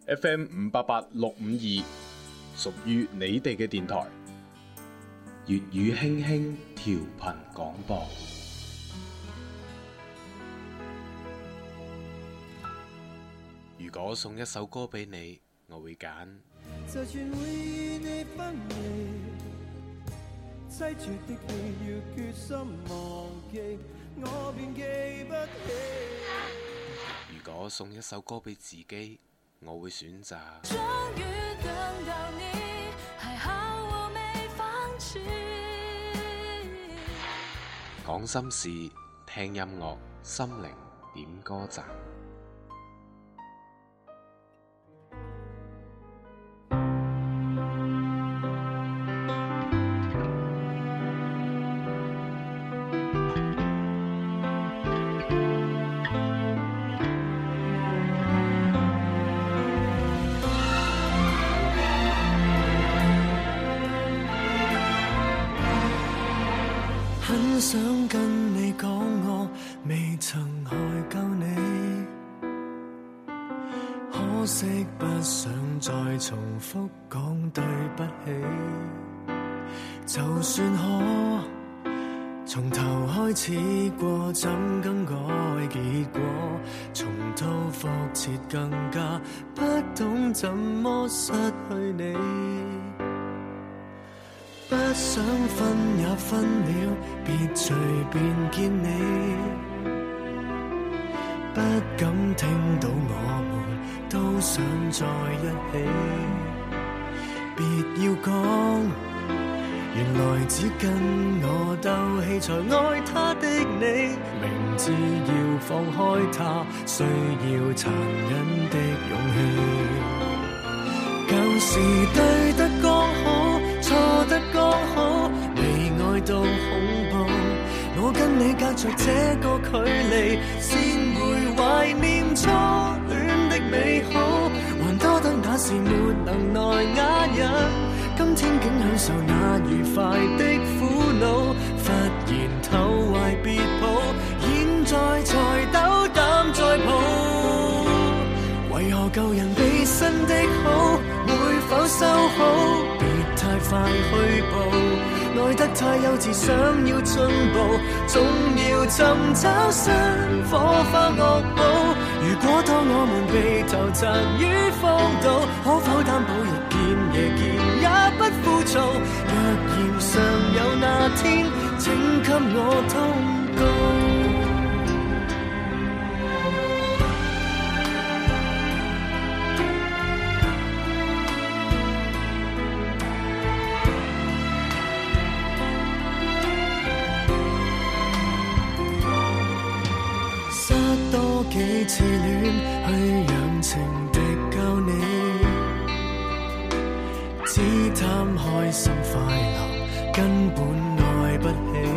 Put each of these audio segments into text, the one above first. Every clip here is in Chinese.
FM 588-652，屬於你哋嘅電台，粵語輕輕調頻廣播。如果送一首歌俾你，我會揀。 就算會與你分離，擠住的氣要決心忘記，我便記不起。 如果送一首歌俾自己，我會選擇。 終於等到你，還好我沒放棄。 講心事，聽音樂，心靈點歌站。 很想跟你講，我未曾害夠你，可惜不想再重複講對不起。就算可從頭開始過，怎更改結果？重蹈覆轍更加不懂怎麼失去你。不想分也分了，別隨便見你。不敢聽到我們都想在一起。別要講，原來只跟我鬥氣才愛他的你。明知要放開他，需要殘忍的勇氣。舊時對得剛好，錯得剛好，未愛到恐怖。我跟你隔着這個距離，先會懷念初戀的美好。還多得那時沒能耐啞忍，今天竟享受那愉快的苦惱。忽然頭懷別抱，現在才斗膽再抱。為何舊人比新的好，會否修好？別太快虛報，愛得太幼稚，想要進步，總要尋找新火花惡補。如果當我們被投擲於荒島，可否擔保日見夜見也不枯燥？若然尚有那天，請給我通告。幾次戀去讓情敵救你，只貪開心快樂，根本愛不起。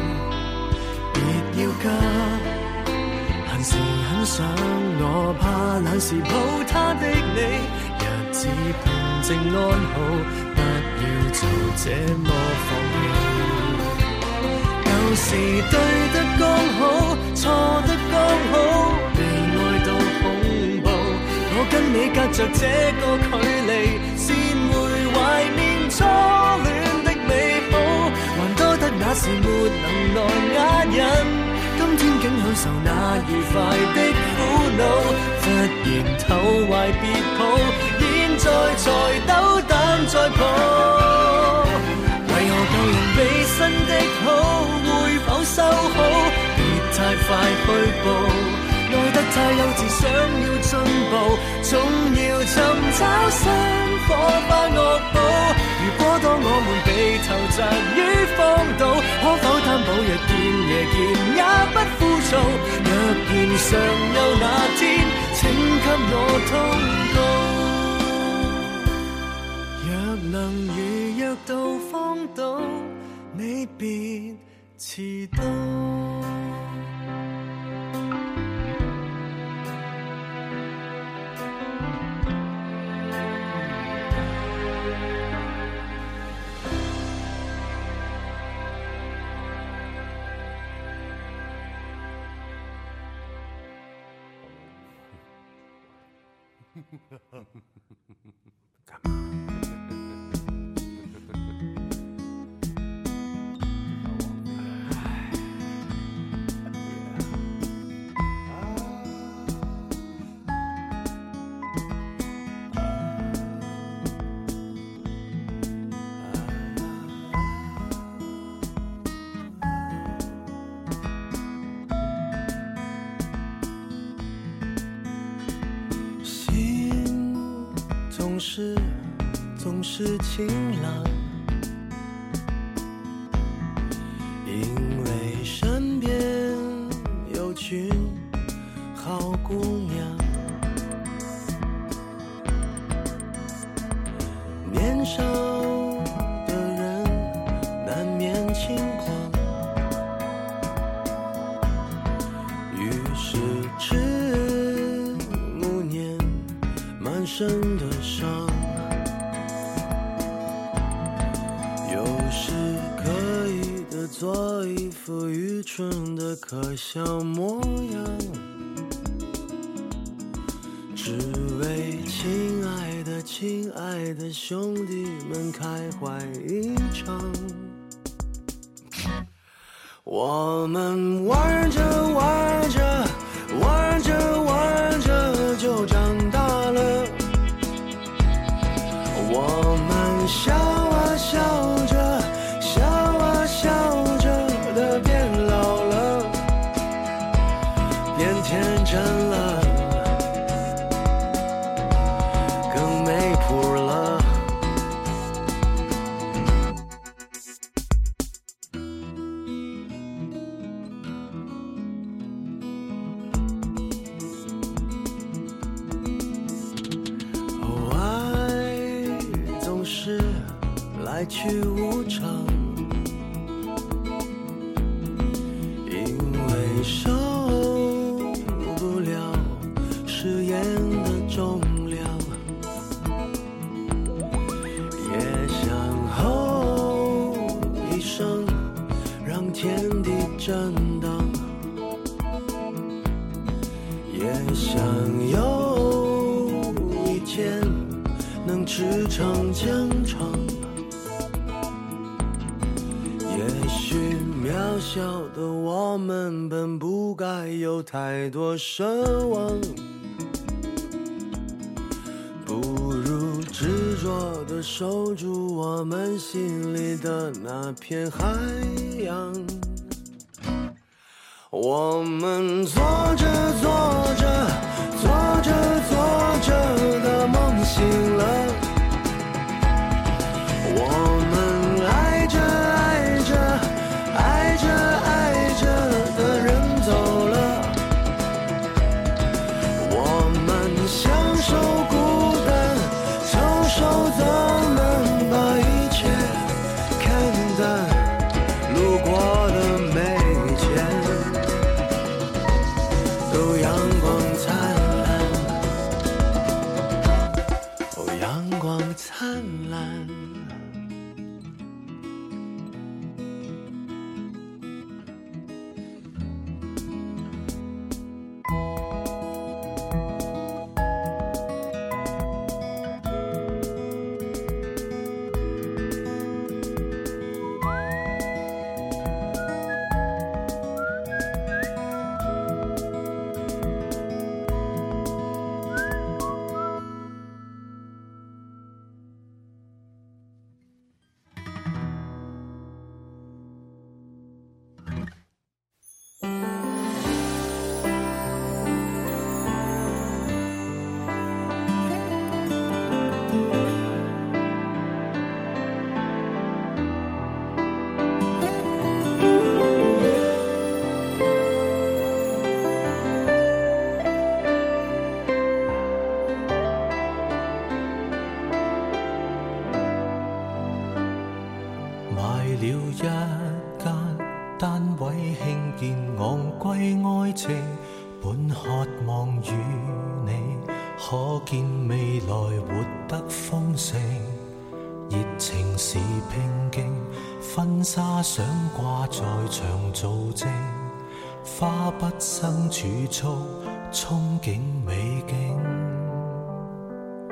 別要急，閒時很想我，怕冷時抱他的你。日子平靜安好，不要就這麼放棄。舊時對得剛好，錯得剛好，未愛到恐怖。我跟你隔着這個距離，先會懷念初戀的美好。還多得那時沒能耐啞忍，今天竟享受那愉快的苦惱。忽然頭懷別抱，現在才斗膽再抱。為何舊人比新的好，會否修好？別太快虛報，愛得太幼稚，想要進步，總要尋找新火花惡補。如果當我們被投擲於荒島，可否擔保日見夜見也不枯燥？若然尚有那天，請給我通告。若能預約到荒島，你別遲到。 干嘛？总是晴朗，因为身边有群好姑娘，年少的人难免轻狂，于是赤暮年满身的伤。做一副愚蠢的可笑模样，只为亲爱的兄弟们开怀一场。我们玩着玩着玩着玩着就长大了，我们笑啊笑着笑啊笑着的变老了，变天真了，更没谱了。爱总是来去无常，因为受不了誓言的重量，也想吼一声让天地震荡，也想有一天能驰骋疆场，也许渺小的我们本不该有太多奢望，不如执着地守住我们心里的那片海洋。我们做着做着做着做着的梦醒了，我们爱着爱着爱着爱着的人走了，我们享受孤单，抽手怎能把一切看淡，路过的每天都阳光灿烂，哦，阳光灿烂。本渴望與你可見未來活得豐盛，熱情是拼勁，婚紗想掛在牆做證，花不生儲蓄，憧憬美景。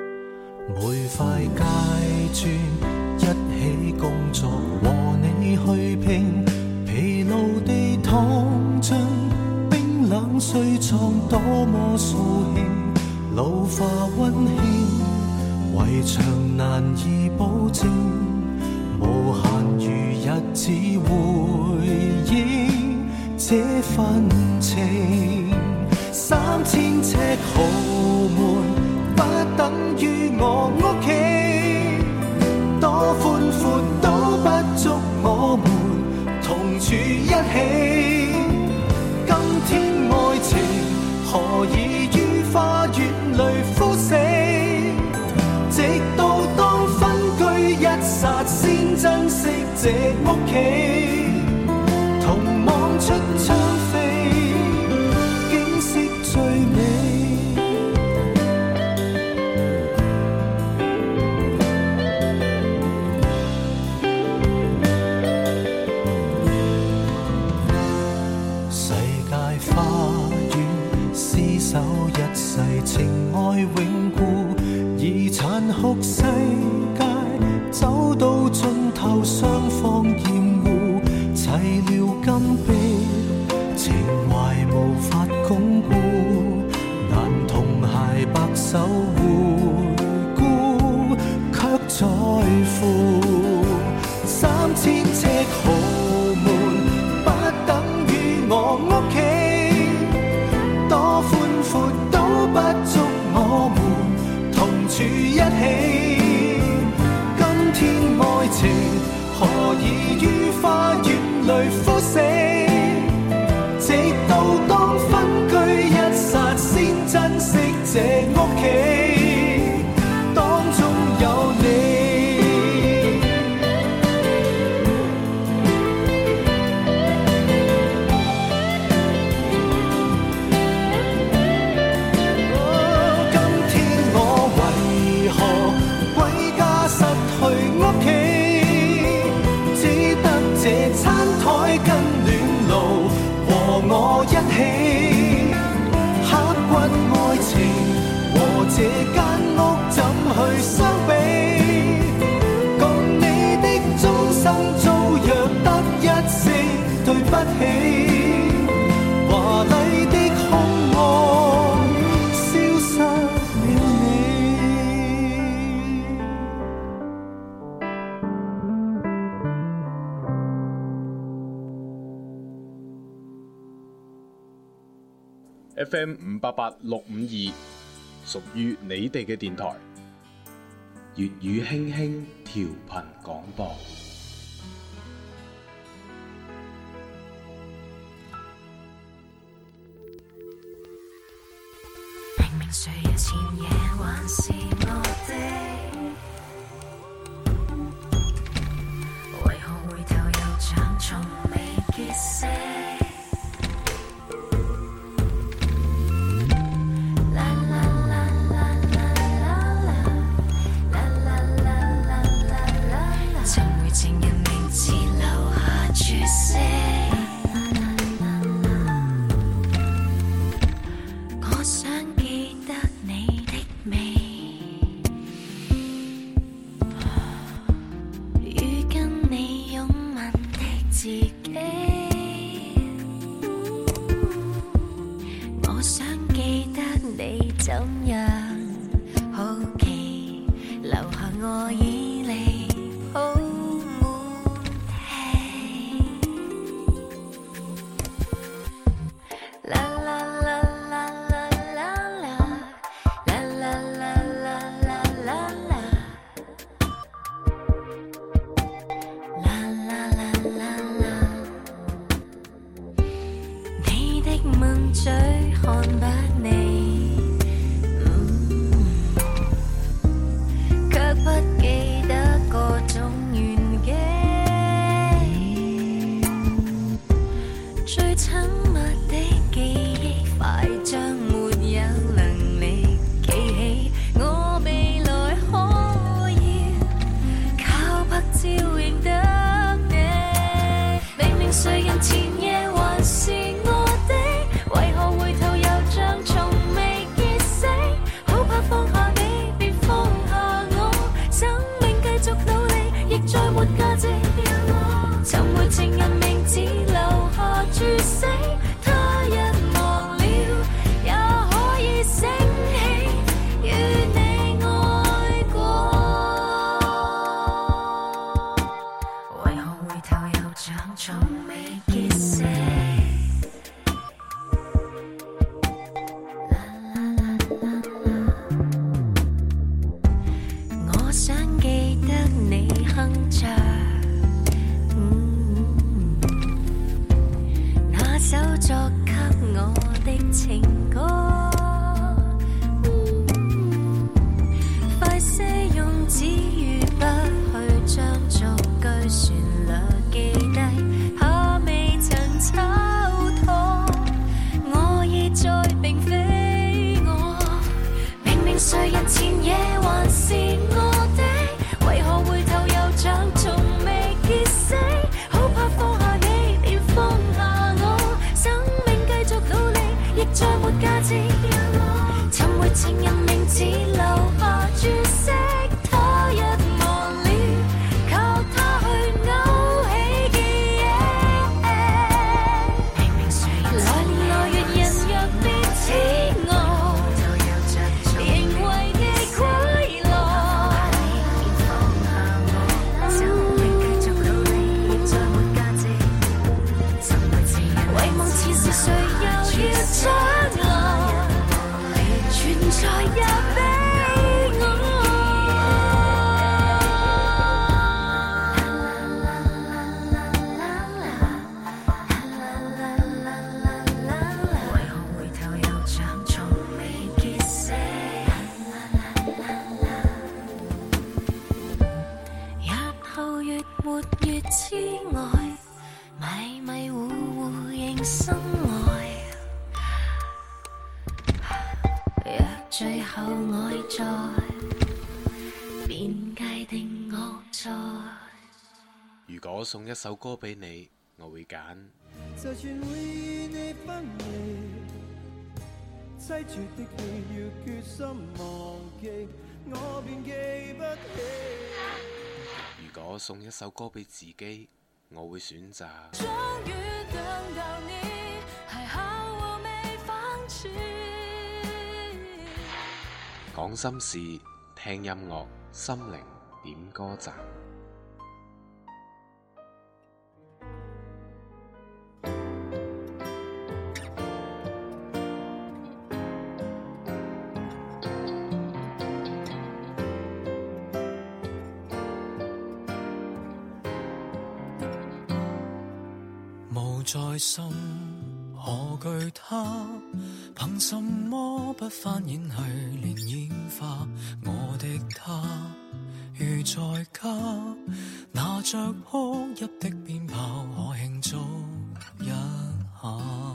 每塊街磚一起工作，和你去拼，疲勞地躺進冰冷睡床，多麼掃興，老化溫馨，圍牆難以保證，無限餘日子回應這份情。3000尺豪門不等於我屋企，多寬闊都不足我們同處一起。今天愛情何以於花園裏枯死，直到當分居一剎先珍惜這屋企，同望出窗飛，景色最美。一世情愛永固，而殘酷世界走到盡頭，雙方厭惡，齊聊金碧，情懷無法鞏固，難同偕白首回顧，卻在乎3000尺豪門不等於我屋企，多寬闊都不足我們同處一起。今天愛情何以於花園裏枯死，直到當分居一剎先珍惜這屋企，當中有你。我一起刻骨愛情和這間屋怎去相比，共你的終生遭約得一聲對不起，華麗的空愛消失了你。 FM 588-652，屬於你哋嘅電台，粵語輕輕調頻廣播。 明明誰有前夜還是我的，為何回頭又像從未結識？ 卻不記之外，迷迷糊糊仍心愛。若最後愛在，便界定我在。 如果送一首歌俾你，我會揀。 就算會與你分離，凄絕的戲要決心忘記，我便記不起。 如果送一首歌俾自己，我會選擇。 終於等到你，還好我沒放棄。 講心事，聽音樂，心靈點歌站。 無在心，何懼他？憑什麼不翻演去連煙花？我的他如在家，拿着哭泣的鞭炮，可慶祝一下。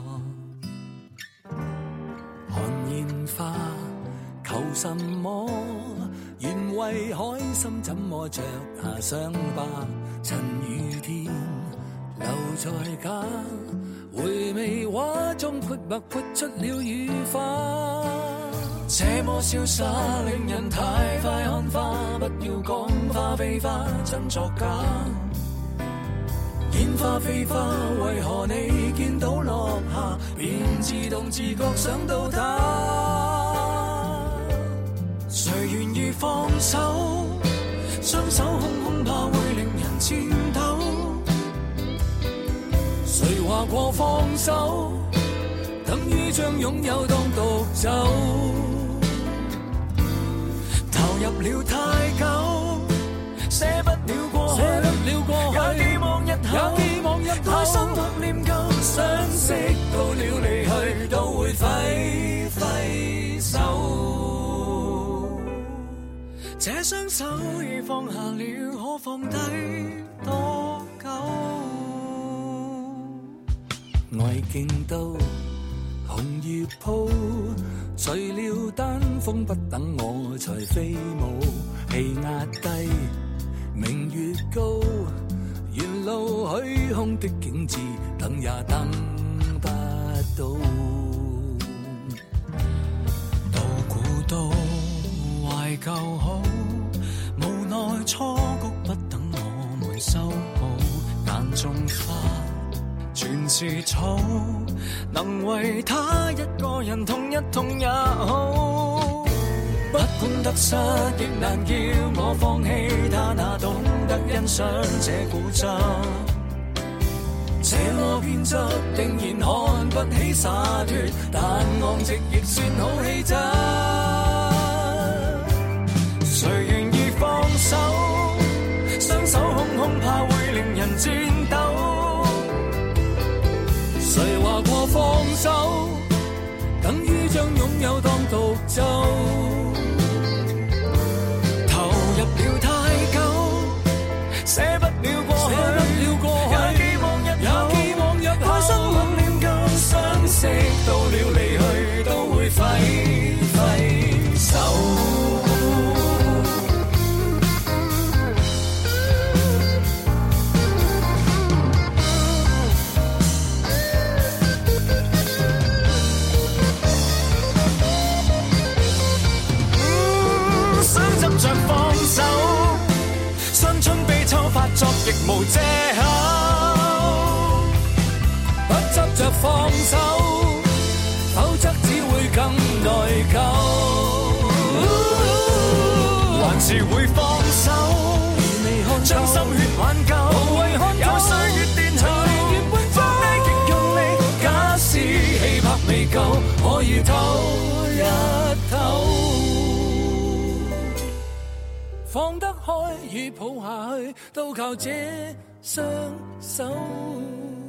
看煙花，求什麼？願為開心，怎麼着下傷疤？趁雨天留在家，回味畫中潑墨潑出了雨花。這麼瀟灑，令人太快看花。不要講花非花，真作假。煙花飛花，為何你見到落下，便自動自覺想到他？誰願意放手？雙手空空，怕會令人顫抖。誰話過放手，等於將擁有當獨走。投入了太久，捨不了過去，也寄望日後，太深刻念舊，相識到了離去，都會揮手。這雙手已放下了，可放低多久？愛見到紅葉鋪，除了丹楓不等我才飛舞，氣壓低，明月高，沿路虛空的景致，等也等不到。到古都懷舊好，無奈初菊不等我們修好，眼中花全是草，能為他一個人痛一痛也好。不管得失，亦難叫我放棄他，那懂得欣賞這固執。這麼偏執，定然看不起灑脫，但昂直亦算好氣質。誰願意放手？雙手空空，怕會令人顫抖。誰話過放手，等於將擁有當獨奏。投入了太久，捨不了過去，也寄望日後，太深刻念舊，相識到了離去，都會揮手。放手，新春悲秋發作亦無藉口，不執着放手，否則只會更內疚。還是會放手，將心血挽救，有歲月電後，放低極用力，假使氣魄未夠，可以唞一唞。放得開與抱下去，都靠這雙手。